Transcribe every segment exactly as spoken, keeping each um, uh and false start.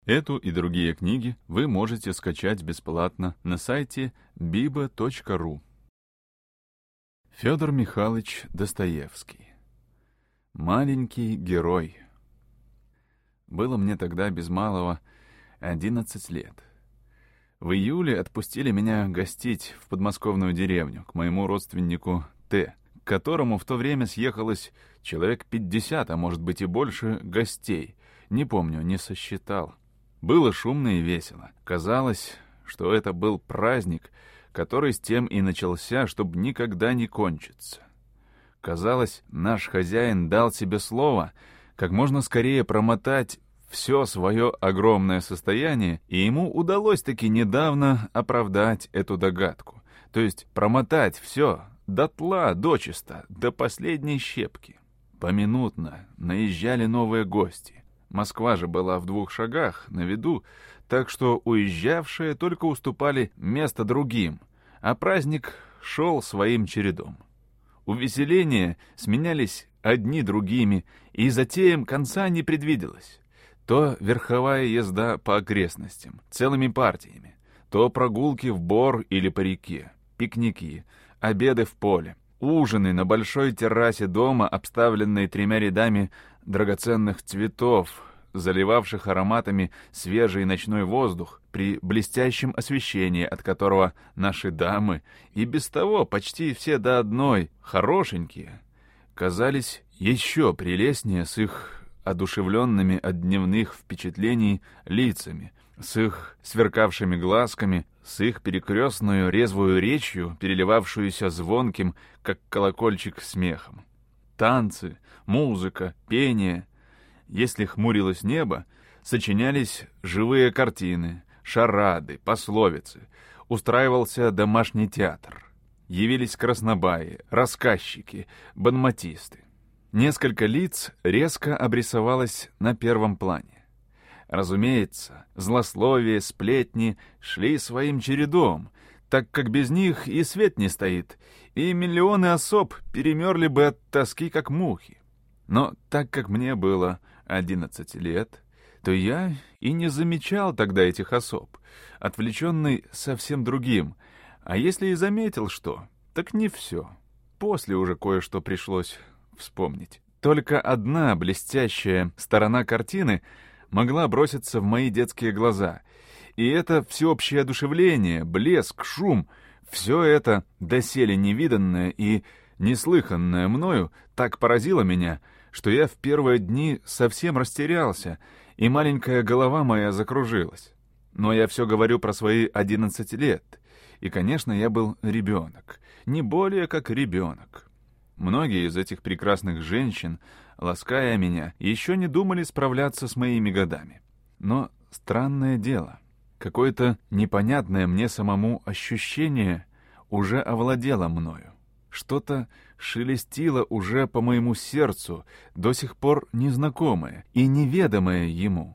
Эту и другие книги вы можете скачать бесплатно на сайте биба точка ру. Федор Михайлович Достоевский. Маленький герой. Было мне тогда без малого одиннадцать лет. В июле отпустили меня гостить в подмосковную деревню к моему родственнику Т., к которому в то время съехалось человек пятьдесят, а может быть и больше, гостей. Не помню, не сосчитал. Было шумно и весело. Казалось, что это был праздник, который с тем и начался, чтобы никогда не кончиться. Казалось, наш хозяин дал себе слово как можно скорее промотать все свое огромное состояние, и ему удалось таки недавно оправдать эту догадку, то есть промотать все дотла, дочисто, до последней щепки. Поминутно наезжали новые гости. Москва же была в двух шагах, на виду, так что уезжавшие только уступали место другим, а праздник шел своим чередом. Увеселения сменялись одни другими, и затеям конца не предвиделось. То верховая езда по окрестностям, целыми партиями, то прогулки в бор или по реке, пикники, обеды в поле, ужины на большой террасе дома, обставленной тремя рядами драгоценных цветов, заливавших ароматами свежий ночной воздух при блестящем освещении, от которого наши дамы, и без того почти все до одной, хорошенькие, казались еще прелестнее с их одушевленными от дневных впечатлений лицами, с их сверкавшими глазками, с их перекрестную резвую речью, переливавшуюся звонким, как колокольчик, смехом. Танцы, музыка, пение. Если хмурилось небо, сочинялись живые картины, шарады, пословицы, устраивался домашний театр. Явились краснобаи, рассказчики, бонмотисты. Несколько лиц резко обрисовалось на первом плане. Разумеется, злословие, сплетни шли своим чередом, так как без них и свет не стоит, и миллионы особ перемерли бы от тоски, как мухи. Но так как мне было одиннадцать лет, то я и не замечал тогда этих особ, отвлеченный совсем другим, а если и заметил что, так не все. После уже кое-что пришлось вспомнить. Только одна блестящая сторона картины могла броситься в мои детские глаза, и это всеобщее одушевление, блеск, шум, все это доселе невиданное и неслыханное мною так поразило меня, что я в первые дни совсем растерялся, и маленькая голова моя закружилась. Но я все говорю про свои одиннадцать лет, и, конечно, я был ребенок, не более как ребенок. Многие из этих прекрасных женщин, лаская меня, еще не думали справляться с моими годами. Но странное дело, какое-то непонятное мне самому ощущение уже овладело мною. Что-то шелестило уже по моему сердцу, до сих пор незнакомое и неведомое ему.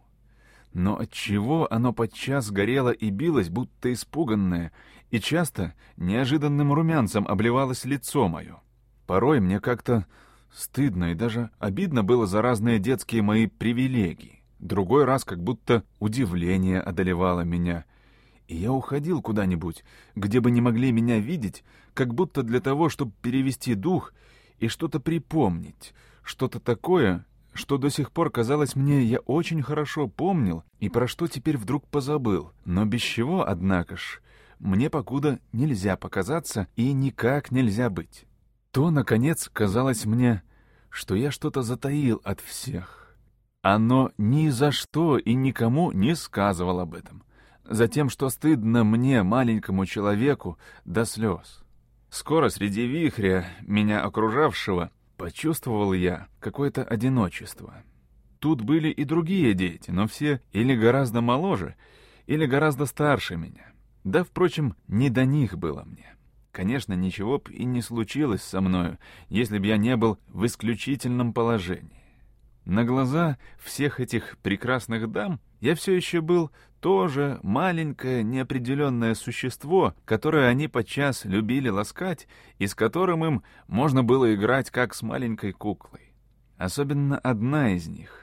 Но отчего оно подчас горело и билось, будто испуганное, и часто неожиданным румянцем обливалось лицо мое. Порой мне как-то стыдно и даже обидно было за разные детские мои привилегии. Другой раз как будто удивление одолевало меня, и я уходил куда-нибудь, где бы не могли меня видеть, как будто для того, чтобы перевести дух и что-то припомнить, что-то такое, что до сих пор казалось мне я очень хорошо помнил и про что теперь вдруг позабыл, но без чего, однако ж, мне покуда нельзя показаться и никак нельзя быть. То, наконец, казалось мне, что я что-то затаил от всех. Оно ни за что и никому не сказывало об этом. Затем, что стыдно мне, маленькому человеку, до слез. Скоро среди вихря, меня окружавшего, почувствовал я какое-то одиночество. Тут были и другие дети, но все или гораздо моложе, или гораздо старше меня. Да, впрочем, не до них было мне. Конечно, ничего б и не случилось со мною, если б я не был в исключительном положении. На глаза всех этих прекрасных дам я все еще был тоже маленькое неопределенное существо, которое они подчас любили ласкать и с которым им можно было играть как с маленькой куклой. Особенно одна из них,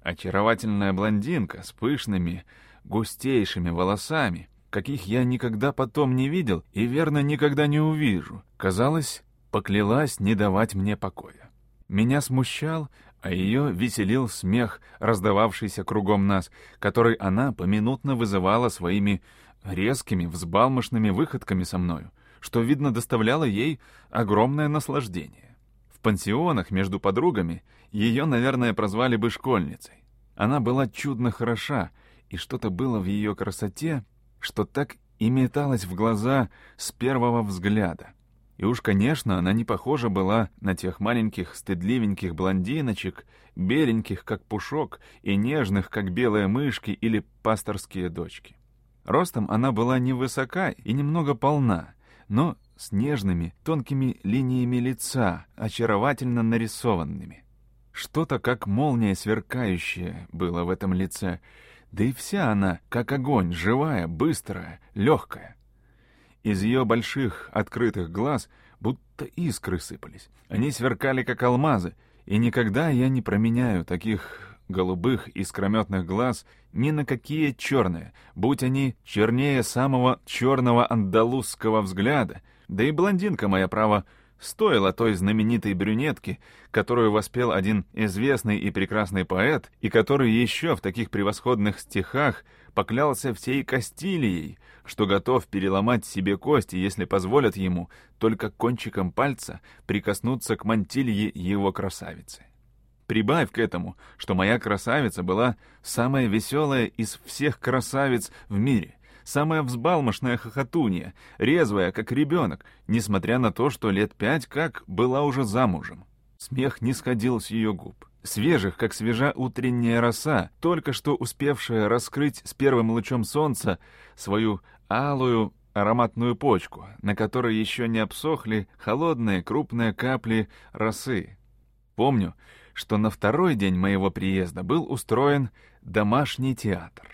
Очаровательная блондинка с пышными, густейшими волосами, каких я никогда потом не видел и, верно, никогда не увижу, казалось, поклялась не давать мне покоя. Меня смущал, а ее веселил смех, раздававшийся кругом нас, который она поминутно вызывала своими резкими, взбалмошными выходками со мною, что, видно, доставляло ей огромное наслаждение. В пансионах между подругами ее, наверное, прозвали бы школьницей. Она была чудно хороша, и что-то было в ее красоте, что так и металось в глаза с первого взгляда. И уж, конечно, она не похожа была на тех маленьких стыдливеньких блондиночек, беленьких, как пушок, и нежных, как белые мышки или пасторские дочки. Ростом она была невысока и немного полна, но с нежными, тонкими линиями лица, очаровательно нарисованными. Что-то, как молния сверкающее, было в этом лице, да и вся она, как огонь, живая, быстрая, легкая. Из ее больших открытых глаз будто искры сыпались. Они сверкали, как алмазы, и никогда я не променяю таких голубых искрометных глаз ни на какие черные, будь они чернее самого черного андалузского взгляда, да и блондинка моя, право, стоила той знаменитой брюнетки, которую воспел один известный и прекрасный поэт, и который еще в таких превосходных стихах поклялся всей Кастилией, что готов переломать себе кости, если позволят ему только кончиком пальца прикоснуться к мантилье его красавицы. Прибавь к этому, что моя красавица была самая веселая из всех красавиц в мире, самая взбалмошная хохотунья, резвая, как ребенок, несмотря на то, что лет пять как была уже замужем. Смех не сходил с ее губ. Свежих, как свежа утренняя роса, только что успевшая раскрыть с первым лучом солнца свою алую ароматную почку, на которой еще не обсохли холодные крупные капли росы. Помню, что на второй день моего приезда был устроен домашний театр.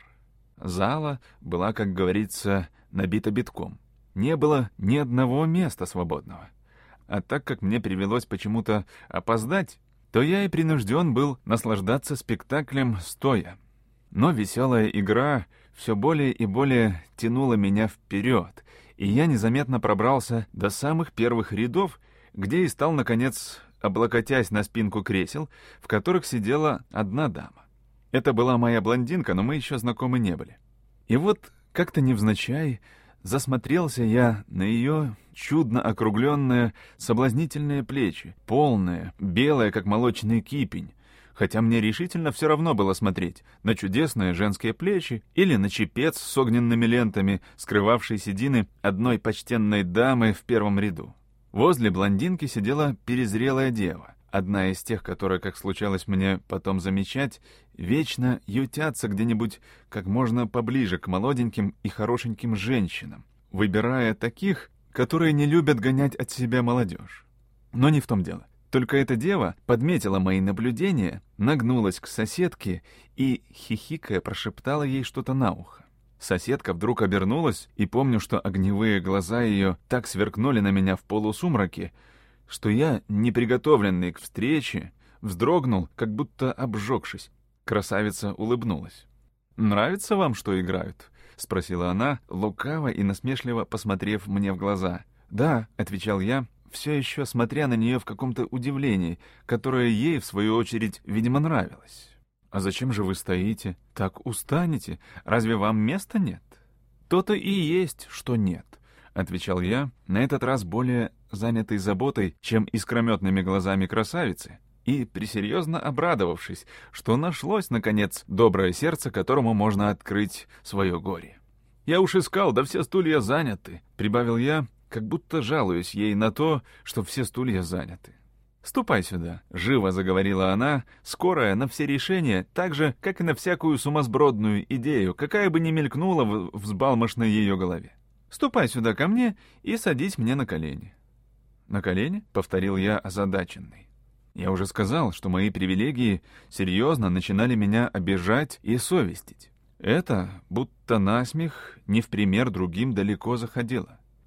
Зала была, как говорится, набита битком. Не было ни одного места свободного. А так как мне привелось почему-то опоздать, то я и принужден был наслаждаться спектаклем стоя. Но веселая игра все более и более тянула меня вперед, и я незаметно пробрался до самых первых рядов, где и стал, наконец, облокотясь на спинку кресел, в которых сидела одна дама. Это была моя блондинка, но мы еще знакомы не были. И вот, как-то невзначай, засмотрелся я на ее чудно округленные, соблазнительные плечи, полные, белые, как молочный кипень, хотя мне решительно все равно было смотреть на чудесные женские плечи или на чепец с огненными лентами, скрывавший седины одной почтенной дамы в первом ряду. Возле блондинки сидела перезрелая дева, одна из тех, которые, как случалось мне потом замечать, вечно ютятся где-нибудь как можно поближе к молоденьким и хорошеньким женщинам, выбирая таких, которые не любят гонять от себя молодежь. Но не в том дело. Только эта дева подметила мои наблюдения, нагнулась к соседке и, хихикая, прошептала ей что-то на ухо. Соседка вдруг обернулась, и помню, что огневые глаза ее так сверкнули на меня в полусумраке, что я, неприготовленный к встрече, вздрогнул, как будто обжегшись. Красавица улыбнулась. «Нравится вам, что играют?» — спросила она, лукаво и насмешливо посмотрев мне в глаза. «Да», — отвечал я, все еще смотря на нее в каком-то удивлении, которое ей, в свою очередь, видимо, нравилось. «А зачем же вы стоите? Так устанете. Разве вам места нет?» «То-то и есть, что нет», — отвечал я, на этот раз более занятый заботой, чем искрометными глазами красавицы, и пресерьезно обрадовавшись, что нашлось, наконец, доброе сердце, которому можно открыть свое горе. «Я уж искал, да все стулья заняты», — прибавил я, как будто жалуюсь ей на то, что все стулья заняты. «Ступай сюда», — живо заговорила она, скорая на все решения, так же, как и на всякую сумасбродную идею, какая бы ни мелькнула в взбалмошной ее голове. «Ступай сюда ко мне и садись мне на колени». «На колени?» — повторил я озадаченный. Я уже сказал, что мои привилегии серьезно начинали меня обижать и совестить. Это, будто насмех, не в пример другим далеко заходило.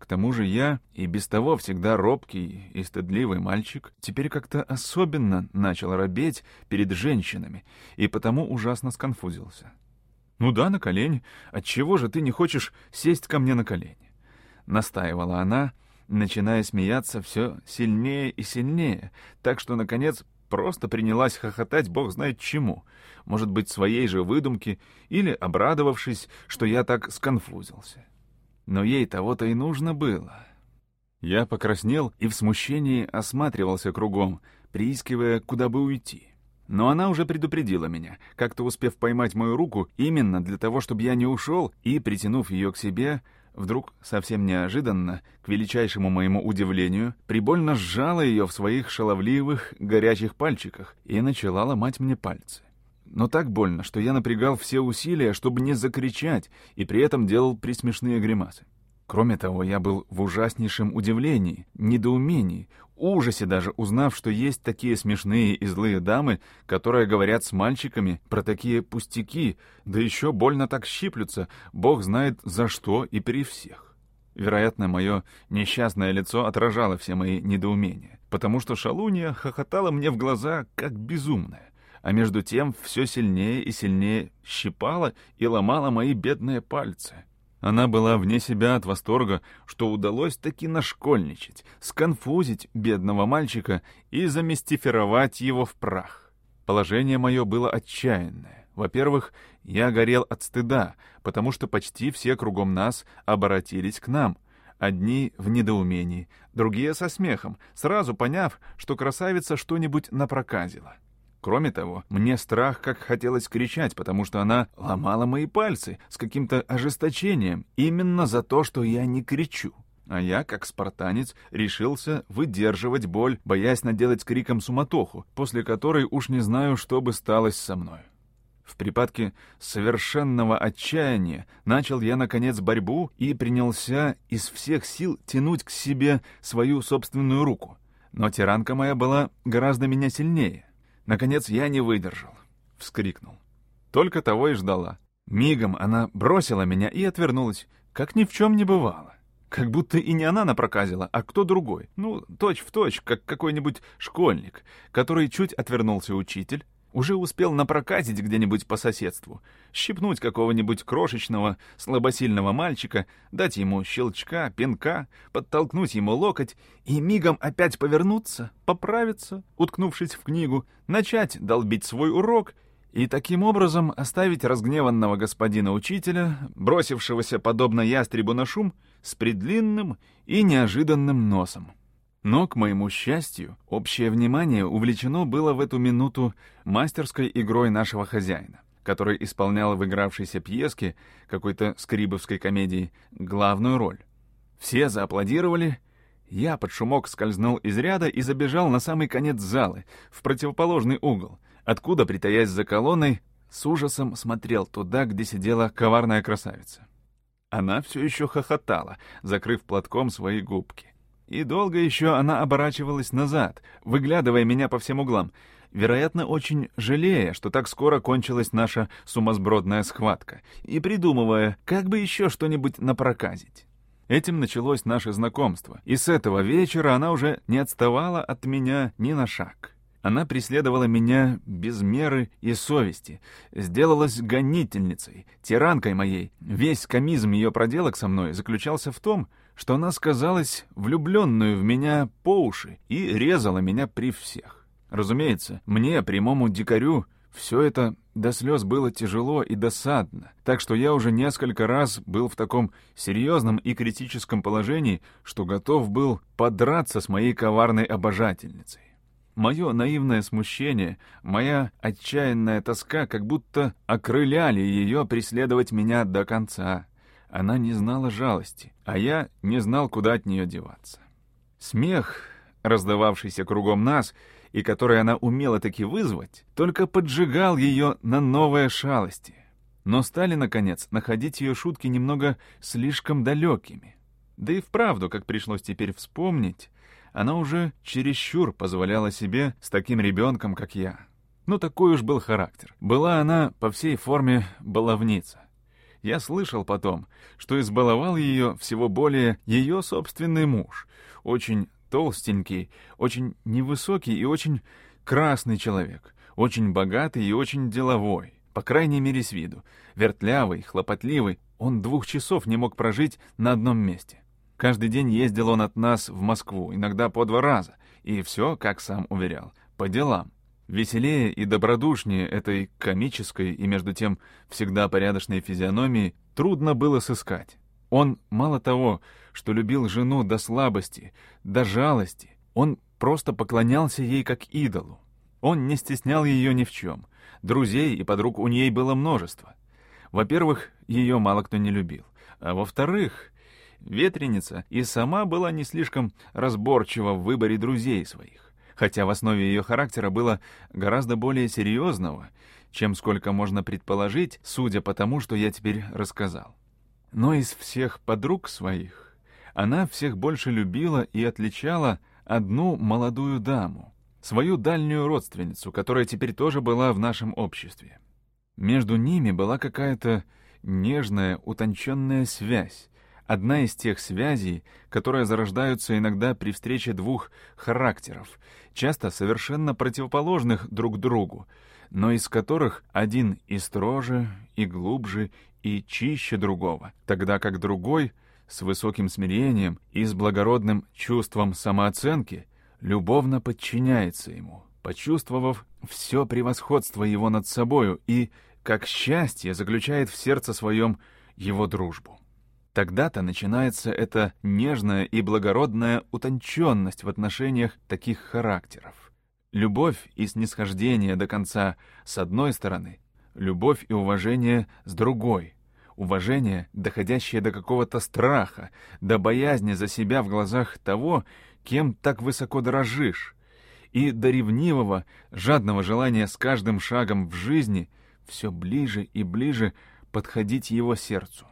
К тому же я, и без того всегда робкий и стыдливый мальчик, теперь как-то особенно начал робеть перед женщинами, и потому ужасно сконфузился. «Ну да, на колени. Отчего же ты не хочешь сесть ко мне на колени?» — настаивала она, начиная смеяться все сильнее и сильнее, так что, наконец, просто принялась хохотать бог знает чему, может быть, своей же выдумки, или обрадовавшись, что я так сконфузился. Но ей того-то и нужно было. Я покраснел и в смущении осматривался кругом, приискивая, куда бы уйти. Но она уже предупредила меня, как-то успев поймать мою руку именно для того, чтобы я не ушел, и, притянув ее к себе, вдруг, совсем неожиданно, к величайшему моему удивлению, прибольно сжала ее в своих шаловливых, горячих пальчиках и начала ломать мне пальцы. Но так больно, что я напрягал все усилия, чтобы не закричать, и при этом делал присмешные гримасы. Кроме того, я был в ужаснейшем удивлении, недоумении, ужасе даже, узнав, что есть такие смешные и злые дамы, которые говорят с мальчиками про такие пустяки, да еще больно так щиплются, бог знает за что и при всех. Вероятно, мое несчастное лицо отражало все мои недоумения, потому что шалунья хохотала мне в глаза, как безумная, а между тем все сильнее и сильнее щипала и ломала мои бедные пальцы. Она была вне себя от восторга, что удалось таки нашкольничать, сконфузить бедного мальчика и замистифировать его в прах. Положение мое было отчаянное. Во-первых, я горел от стыда, потому что почти все кругом нас обратились к нам. Одни в недоумении, другие со смехом, сразу поняв, что красавица что-нибудь напроказила. Кроме того, мне страх как хотелось кричать, потому что она ломала мои пальцы с каким-то ожесточением именно за то, что я не кричу. А я, как спартанец, решился выдерживать боль, боясь наделать криком суматоху, после которой уж не знаю, что бы сталось со мной. В припадке совершенного отчаяния начал я, наконец, борьбу и принялся из всех сил тянуть к себе свою собственную руку. Но тиранка моя была гораздо меня сильнее. Наконец я не выдержал. Вскрикнул. Только того и ждала. Мигом она бросила меня и отвернулась, как ни в чем не бывало. Как будто и не она напроказила, а кто другой. Ну, точь-в-точь, как какой-нибудь школьник, который чуть отвернулся учитель, уже успел напроказить где-нибудь по соседству, щипнуть какого-нибудь крошечного, слабосильного мальчика, дать ему щелчка, пинка, подтолкнуть ему локоть и мигом опять повернуться, поправиться, уткнувшись в книгу, начать долбить свой урок и таким образом оставить разгневанного господина учителя, бросившегося подобно ястребу на шум, с предлинным и неожиданным носом. Но, к моему счастью, общее внимание увлечено было в эту минуту мастерской игрой нашего хозяина, который исполнял в игравшейся пьеске, какой-то скрибовской комедии, главную роль. Все зааплодировали, я под шумок скользнул из ряда и забежал на самый конец залы, в противоположный угол, откуда, притаясь за колонной, с ужасом смотрел туда, где сидела коварная красавица. Она все еще хохотала, закрыв платком свои губки. И долго еще она оборачивалась назад, выглядывая меня по всем углам, вероятно, очень жалея, что так скоро кончилась наша сумасбродная схватка, и придумывая, как бы еще что-нибудь напроказить. Этим началось наше знакомство, и с этого вечера она уже не отставала от меня ни на шаг. Она преследовала меня без меры и совести, сделалась гонительницей, тиранкой моей. Весь комизм ее проделок со мной заключался в том, что она сказалась влюбленную в меня по уши и резала меня при всех. Разумеется, мне, прямому дикарю, все это до слез было тяжело и досадно, так что я уже несколько раз был в таком серьезном и критическом положении, что готов был подраться с моей коварной обожательницей. Мое наивное смущение, моя отчаянная тоска как будто окрыляли ее преследовать меня до конца. Она не знала жалости, а я не знал, куда от нее деваться. Смех, раздававшийся кругом нас, и который она умела таки вызвать, только поджигал ее на новые шалости. Но стали, наконец, находить ее шутки немного слишком далекими. Да и вправду, как пришлось теперь вспомнить, она уже чересчур позволяла себе с таким ребенком, как я. Ну, такой уж был характер. Была она по всей форме баловница. Я слышал потом, что избаловал ее всего более ее собственный муж, очень толстенький, очень невысокий и очень красный человек, очень богатый и очень деловой, по крайней мере с виду, вертлявый, хлопотливый. Он двух часов не мог прожить на одном месте. Каждый день ездил он от нас в Москву, иногда по два раза, и все, как сам уверял, по делам. Веселее и добродушнее этой комической и, между тем, всегда порядочной физиономии трудно было сыскать. Он мало того, что любил жену до слабости, до жалости, он просто поклонялся ей как идолу. Он не стеснял ее ни в чем. Друзей и подруг у ней было множество. Во-первых, ее мало кто не любил. А во-вторых, ветреница и сама была не слишком разборчива в выборе друзей своих, хотя в основе ее характера было гораздо более серьезного, чем сколько можно предположить, судя по тому, что я теперь рассказал. Но из всех подруг своих она всех больше любила и отличала одну молодую даму, свою дальнюю родственницу, которая теперь тоже была в нашем обществе. Между ними была какая-то нежная, утонченная связь, одна из тех связей, которые зарождаются иногда при встрече двух характеров, часто совершенно противоположных друг другу, но из которых один и строже, и глубже, и чище другого, тогда как другой, с высоким смирением и с благородным чувством самооценки, любовно подчиняется ему, почувствовав все превосходство его над собою и, как счастье, заключает в сердце своем его дружбу. Тогда-то начинается эта нежная и благородная утонченность в отношениях таких характеров. Любовь и снисхождение до конца с одной стороны, любовь и уважение с другой, уважение, доходящее до какого-то страха, до боязни за себя в глазах того, кем так высоко дорожишь, и до ревнивого, жадного желания с каждым шагом в жизни все ближе и ближе подходить его сердцу.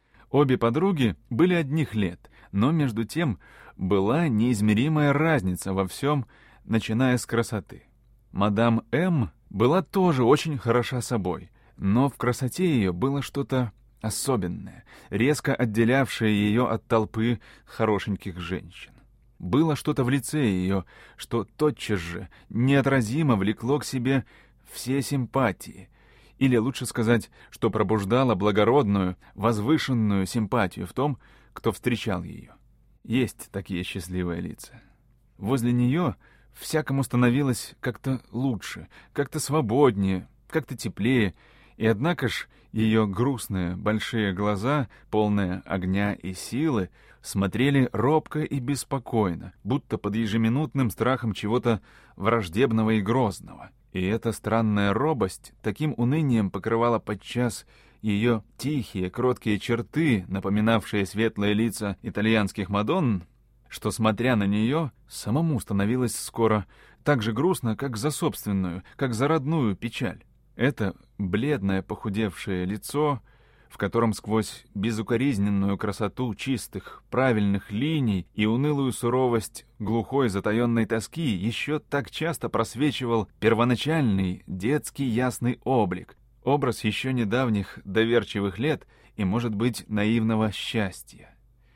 Обе подруги были одних лет, но между тем была неизмеримая разница во всем, начиная с красоты. Мадам М. была тоже очень хороша собой, но в красоте ее было что-то особенное, резко отделявшее ее от толпы хорошеньких женщин. Было что-то в лице ее, что тотчас же неотразимо влекло к себе все симпатии, или лучше сказать, что пробуждало благородную, возвышенную симпатию в том, кто встречал ее. Есть такие счастливые лица. Возле нее всякому становилось как-то лучше, как-то свободнее, как-то теплее, и однако ж ее грустные большие глаза, полные огня и силы, смотрели робко и беспокойно, будто под ежеминутным страхом чего-то враждебного и грозного. И эта странная робость таким унынием покрывала подчас ее тихие, кроткие черты, напоминавшие светлые лица итальянских мадонн, что, смотря на нее, самому становилось скоро так же грустно, как за собственную, как за родную печаль. Это бледное похудевшее лицо, в котором сквозь безукоризненную красоту чистых, правильных линий и унылую суровость глухой затаенной тоски еще так часто просвечивал первоначальный детский ясный облик, образ еще недавних доверчивых лет и, может быть, наивного счастья.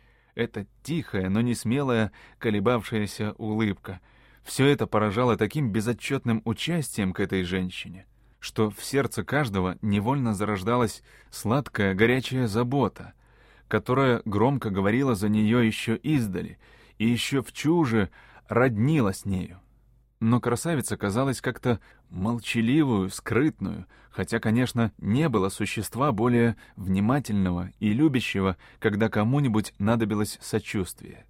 Эта тихая, но не смелая, колебавшаяся улыбка — все это поражало таким безотчетным участием к этой женщине, что в сердце каждого невольно зарождалась сладкая горячая забота, которая громко говорила за нее еще издали и еще в чуже роднила с нею. Но красавица казалась как-то молчаливую, скрытную, хотя, конечно, не было существа более внимательного и любящего, когда кому-нибудь надобилось сочувствие.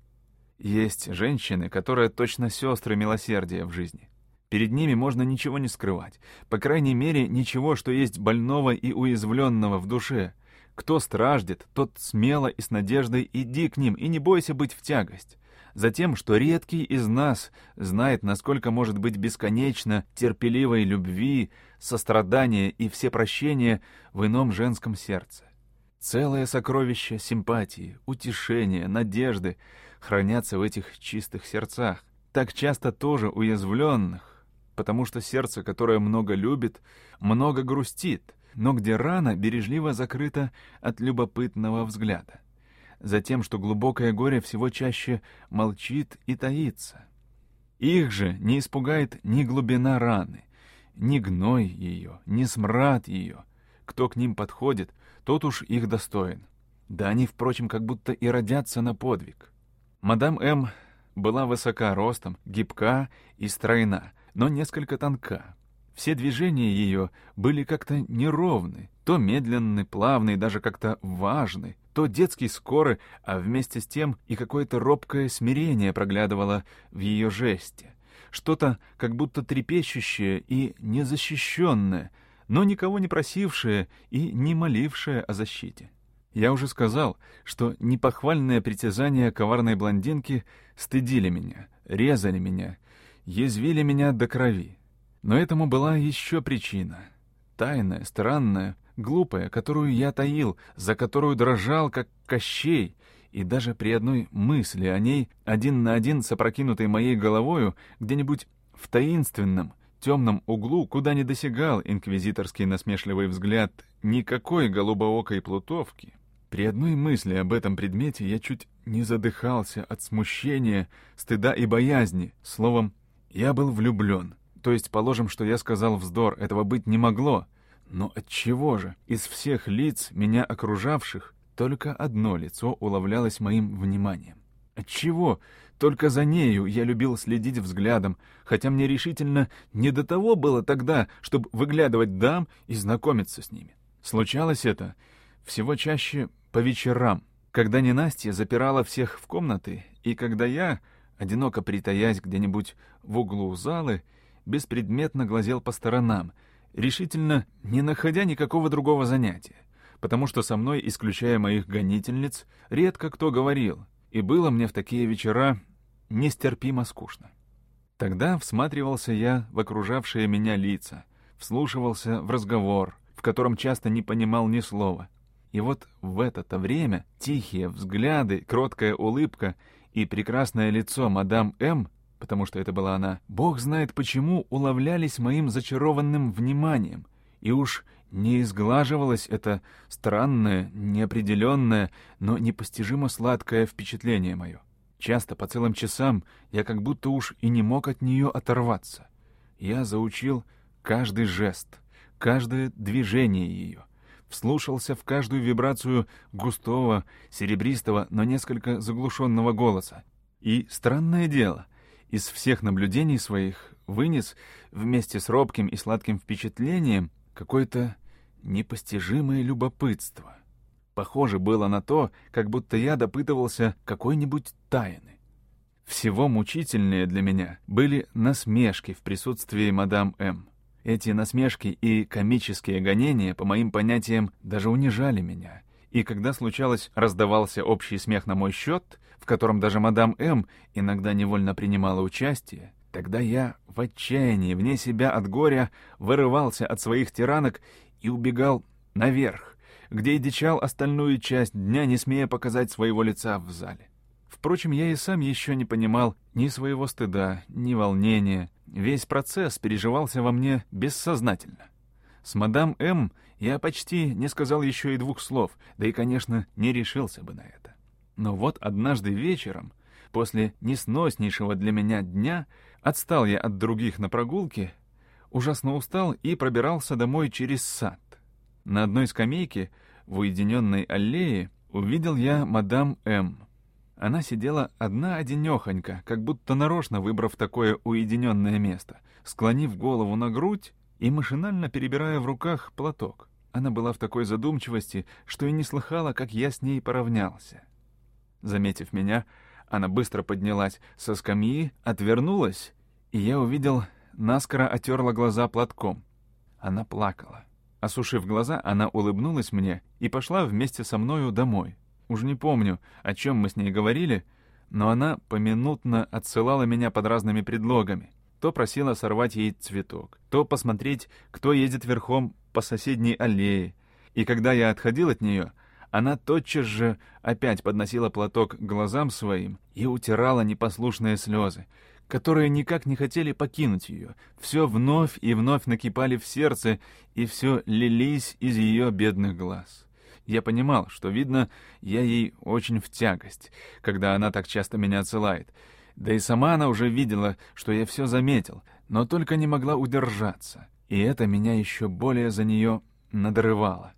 Есть женщины, которые точно сестры милосердия в жизни. Перед ними можно ничего не скрывать, по крайней мере, ничего, что есть больного и уязвленного в душе. Кто страждет, тот смело и с надеждой иди к ним, и не бойся быть в тягость. Затем, что редкий из нас знает, насколько может быть бесконечно терпеливой любви, сострадания и всепрощения в ином женском сердце. Целое сокровище симпатии, утешения, надежды хранятся в этих чистых сердцах, так часто тоже уязвленных, потому что сердце, которое много любит, много грустит, но где рана бережливо закрыта от любопытного взгляда. Затем, что глубокое горе всего чаще молчит и таится. Их же не испугает ни глубина раны, ни гной ее, ни смрад ее. Кто к ним подходит, тот уж их достоин. Да они, впрочем, как будто и родятся на подвиг. Мадам М. была высока ростом, гибка и стройна, но несколько тонка. Все движения ее были как-то неровны, то медленны, плавны, даже как-то важны, то детски скоры, а вместе с тем и какое-то робкое смирение проглядывало в ее жесте. Что-то как будто трепещущее и незащищенное, но никого не просившее и не молившее о защите. Я уже сказал, что непохвальные притязания коварной блондинки стыдили меня, резали меня, язвили меня до крови. Но этому была еще причина. Тайная, странная, глупая, которую я таил, за которую дрожал, как Кощей, и даже при одной мысли о ней, один на один с опрокинутой моей головою, где-нибудь в таинственном, темном углу, куда не досягал инквизиторский насмешливый взгляд никакой голубоокой плутовки, при одной мысли об этом предмете я чуть не задыхался от смущения, стыда и боязни. Словом, я был влюблен. То есть, положим, что я сказал вздор, этого быть не могло. Но отчего же из всех лиц, меня окружавших, только одно лицо уловлялось моим вниманием? Отчего только за нею я любил следить взглядом, хотя мне решительно не до того было тогда, чтобы выглядывать дам и знакомиться с ними? Случалось это всего чаще по вечерам, когда ненастье запирала всех в комнаты, и когда я, одиноко притаясь где-нибудь в углу залы, беспредметно глазел по сторонам, решительно не находя никакого другого занятия, потому что со мной, исключая моих гонительниц, редко кто говорил, и было мне в такие вечера нестерпимо скучно. Тогда всматривался я в окружавшие меня лица, вслушивался в разговор, в котором часто не понимал ни слова. И вот в это-то время тихие взгляды, кроткая улыбка и прекрасное лицо мадам М., потому что это была она, бог знает почему, уловлялись моим зачарованным вниманием, и уж не изглаживалось это странное, неопределенное, но непостижимо сладкое впечатление мое. Часто по целым часам я как будто уж и не мог от нее оторваться. Я заучил каждый жест, каждое движение ее, вслушался в каждую вибрацию густого, серебристого, но несколько заглушенного голоса. И, странное дело, из всех наблюдений своих вынес вместе с робким и сладким впечатлением какое-то непостижимое любопытство. Похоже было на то, как будто я допытывался какой-нибудь тайны. Всего мучительнее для меня были насмешки в присутствии мадам М. Эти насмешки и комические гонения, по моим понятиям, даже унижали меня. И когда случалось, раздавался общий смех на мой счет, в котором даже мадам М. иногда невольно принимала участие, тогда я в отчаянии, вне себя от горя, вырывался от своих тиранок и убегал наверх, где и дичал остальную часть дня, не смея показать своего лица в зале. Впрочем, я и сам еще не понимал ни своего стыда, ни волнения. Весь процесс переживался во мне бессознательно. С мадам М. я почти не сказал еще и двух слов, да и, конечно, не решился бы на это. Но вот однажды вечером, после несноснейшего для меня дня, отстал я от других на прогулке, ужасно устал и пробирался домой через сад. На одной скамейке в уединенной аллее увидел я мадам М. Она сидела одна-одинехонька, как будто нарочно выбрав такое уединенное место, склонив голову на грудь и машинально перебирая в руках платок. Она была в такой задумчивости, что и не слыхала, как я с ней поравнялся. Заметив меня, она быстро поднялась со скамьи, отвернулась, и я увидел, наскоро отерла глаза платком. Она плакала. Осушив глаза, она улыбнулась мне и пошла вместе со мною домой. Уж не помню, о чем мы с ней говорили, но она поминутно отсылала меня под разными предлогами. То просила сорвать ей цветок, то посмотреть, кто едет верхом по соседней аллее. И когда я отходил от нее, она тотчас же опять подносила платок к глазам своим и утирала непослушные слезы. которые никак не хотели покинуть ее, все вновь и вновь накипали в сердце и все лились из ее бедных глаз. Я понимал, что, видно, я ей очень в тягость, когда она так часто меня отсылает. Да и сама она уже видела, что я все заметил, но только не могла удержаться, и это меня еще более за нее надрывало.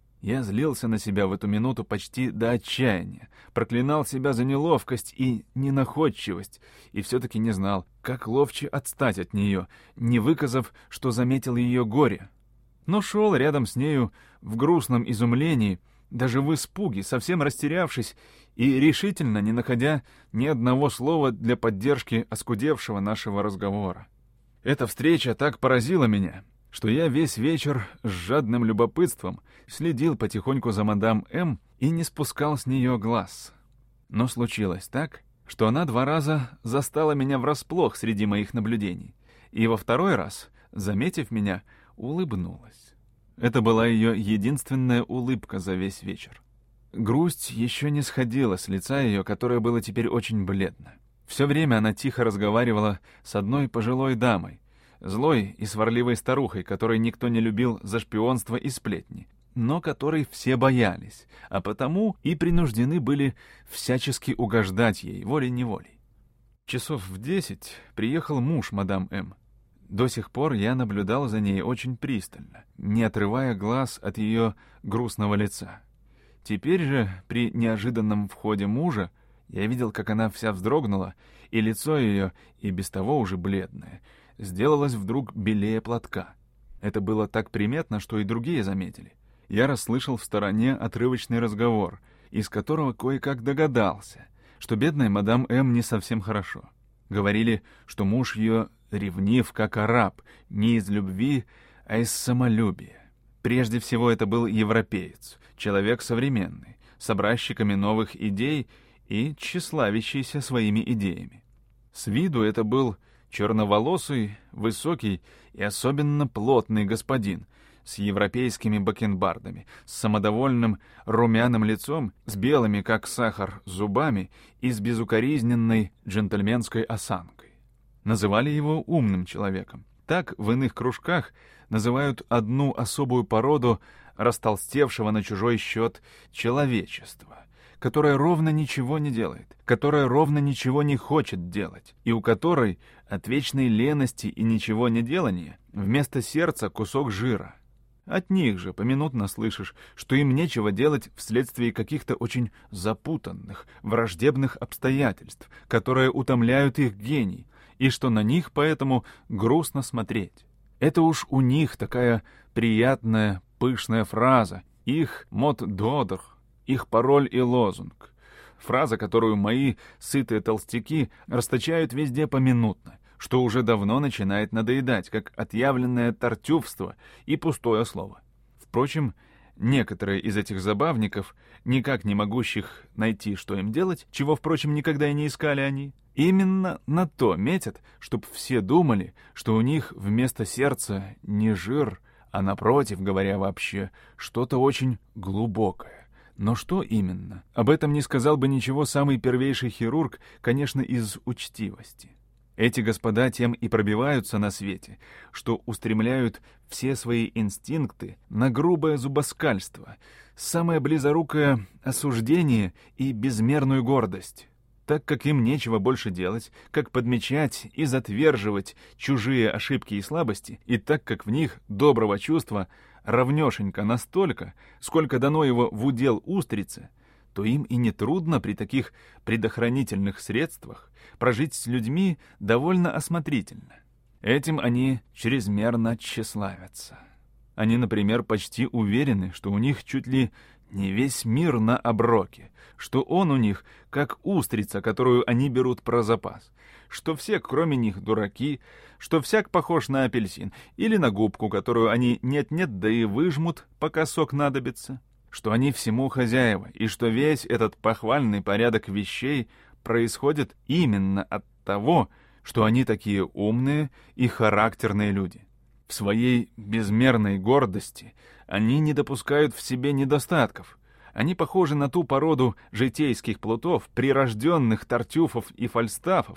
Я злился на себя в эту минуту почти до отчаяния, проклинал себя за неловкость и ненаходчивость, и все-таки не знал, как ловче отстать от нее, не выказав, что заметил ее горе. Но шел рядом с нею в грустном изумлении, даже в испуге, совсем растерявшись и решительно не находя ни одного слова для поддержки оскудевшего нашего разговора. Эта встреча так поразила меня, что я весь вечер с жадным любопытством следил потихоньку за мадам М. и не спускал с нее глаз. Но случилось так, что она два раза застала меня врасплох среди моих наблюдений, и во второй раз, заметив меня, улыбнулась. Это была ее единственная улыбка за весь вечер. Грусть еще не сходила с лица ее, которое было теперь очень бледно. Все время она тихо разговаривала с одной пожилой дамой, злой и сварливой старухой, которой никто не любил за шпионство и сплетни, но которой все боялись, а потому и принуждены были всячески угождать ей волей-неволей. Часов в десять приехал муж мадам М. До сих пор я наблюдал за ней очень пристально, не отрывая глаз от ее грустного лица. Теперь же, при неожиданном входе мужа, я видел, как она вся вздрогнула, и лицо ее, и без того уже бледное, сделалось вдруг белее платка. Это было так приметно, что и другие заметили. Я расслышал в стороне отрывочный разговор, из которого кое-как догадался, что бедная мадам М. не совсем хорошо. Говорили, что муж ее ревнив, как араб, не из любви, а из самолюбия. Прежде всего, это был европеец, человек современный, с образчиками новых идей и тщеславящийся своими идеями. С виду это был черноволосый, высокий и особенно плотный господин с европейскими бакенбардами, с самодовольным румяным лицом, с белыми, как сахар, зубами и с безукоризненной джентльменской осанкой. Называли его умным человеком. Так в иных кружках называют одну особую породу растолстевшего на чужой счет человечества, которое ровно ничего не делает, которое ровно ничего не хочет делать, и у которой от вечной лености и ничего не делания вместо сердца кусок жира. От них же поминутно слышишь, что им нечего делать вследствие каких-то очень запутанных, враждебных обстоятельств, которые утомляют их гений, и что на них поэтому грустно смотреть. Это уж у них такая приятная, пышная фраза, их мот-д'ордр, их пароль и лозунг. Фраза, которую мои сытые толстяки расточают везде поминутно, что уже давно начинает надоедать, как отъявленное тартюфство и пустое слово. Впрочем, некоторые из этих забавников, никак не могущих найти, что им делать, чего, впрочем, никогда и не искали они, именно на то метят, чтоб все думали, что у них вместо сердца не жир, а напротив, говоря вообще, что-то очень глубокое. Но что именно? Об этом не сказал бы ничего самый первейший хирург, конечно, из учтивости. Эти господа тем и пробиваются на свете, что устремляют все свои инстинкты на грубое зубоскальство, самое близорукое осуждение и безмерную гордость, так как им нечего больше делать, как подмечать и затверживать чужие ошибки и слабости, и так как в них доброго чувства равнёшенько настолько, сколько дано его в удел устрице, то им и нетрудно при таких предохранительных средствах прожить с людьми довольно осмотрительно. Этим они чрезмерно тщеславятся. Они, например, почти уверены, что у них чуть ли не весь мир на оброке, что он у них как устрица, которую они берут про запас, что все, кроме них, дураки, что всяк похож на апельсин или на губку, которую они нет-нет, да и выжмут, пока сок надобится, что они всему хозяева, и что весь этот похвальный порядок вещей происходит именно от того, что они такие умные и характерные люди. В своей безмерной гордости они не допускают в себе недостатков. Они похожи на ту породу житейских плутов, прирожденных тартюфов и фальстафов,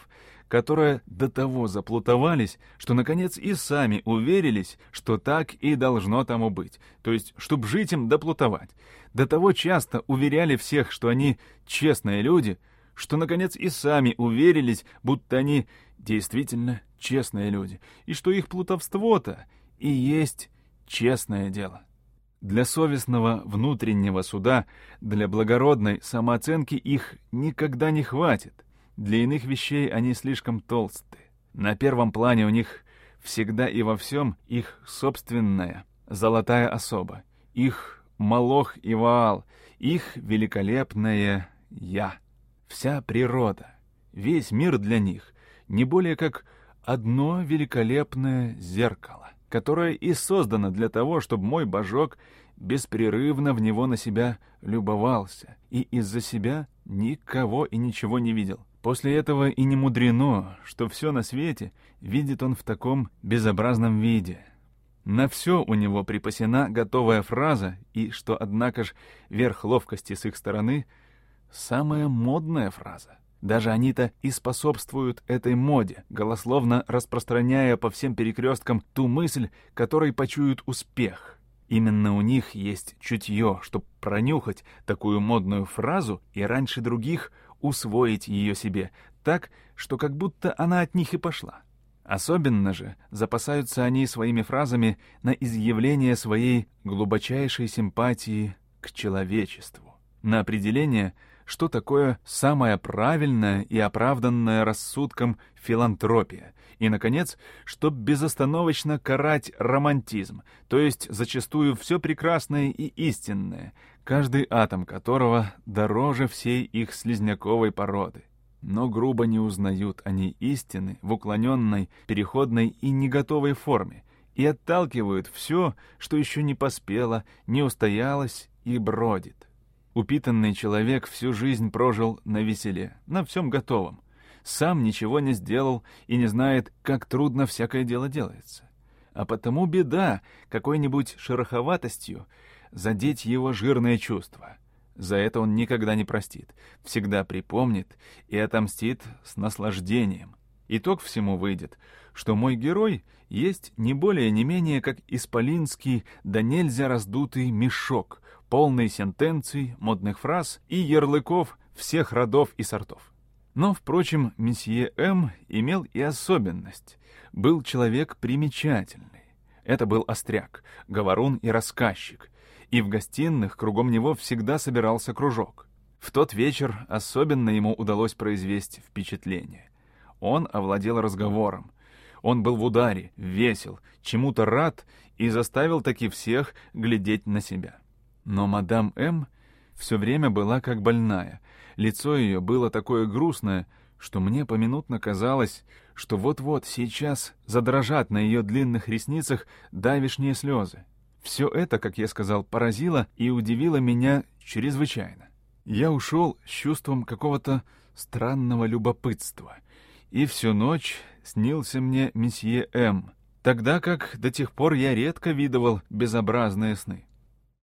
которые до того заплутовались, что, наконец, и сами уверились, что так и должно тому быть, то есть, чтоб жить им доплутовать. До того часто уверяли всех, что они честные люди, что, наконец, и сами уверились, будто они действительно честные люди, и что их плутовство-то и есть честное дело. Для совестного внутреннего суда, для благородной самооценки их никогда не хватит. Для иных вещей они слишком толсты. На первом плане у них всегда и во всем их собственная золотая особа, их Молох и Ваал, их великолепное «Я». Вся природа, весь мир для них не более как одно великолепное зеркало, которое и создано для того, чтобы мой божок беспрерывно в него на себя любовался и из-за себя никого и ничего не видел. После этого и не мудрено, что все на свете видит он в таком безобразном виде. На все у него припасена готовая фраза, и, что, однако ж, верх ловкости с их стороны, самая модная фраза. Даже они-то и способствуют этой моде, голословно распространяя по всем перекресткам ту мысль, которой почуют успех. Именно у них есть чутье, чтобы пронюхать такую модную фразу и раньше других усвоить ее себе, так, что как будто она от них и пошла. Особенно же запасаются они своими фразами на изъявление своей глубочайшей симпатии к человечеству, на определение, что такое самая правильная и оправданная рассудком филантропия, и, наконец, чтоб безостановочно карать романтизм, то есть зачастую все прекрасное и истинное, каждый атом которого дороже всей их слизняковой породы. Но грубо не узнают они истины в уклоненной, переходной и не готовой форме, и отталкивают все, что еще не поспело, не устоялось и бродит. Упитанный человек всю жизнь прожил на веселе, на всем готовом. Сам ничего не сделал и не знает, как трудно всякое дело делается. А потому беда какой-нибудь шероховатостью задеть его жирные чувства. За это он никогда не простит, всегда припомнит и отомстит с наслаждением. Итог всему выйдет, что мой герой есть не более не менее как исполинский да нельзя раздутый мешок, полный сентенций, модных фраз и ярлыков всех родов и сортов. Но, впрочем, месье М. имел и особенность. Был человек примечательный. Это был остряк, говорун и рассказчик. И в гостиных кругом него всегда собирался кружок. В тот вечер особенно ему удалось произвести впечатление. Он овладел разговором. Он был в ударе, весел, чему-то рад и заставил таки всех глядеть на себя. Но мадам М. все время была как больная. Лицо ее было такое грустное, что мне поминутно казалось, что вот-вот сейчас задрожат на ее длинных ресницах давишние слезы. Все это, как я сказал, поразило и удивило меня чрезвычайно. Я ушел с чувством какого-то странного любопытства, и всю ночь снился мне месье М., тогда как до тех пор я редко видывал безобразные сны.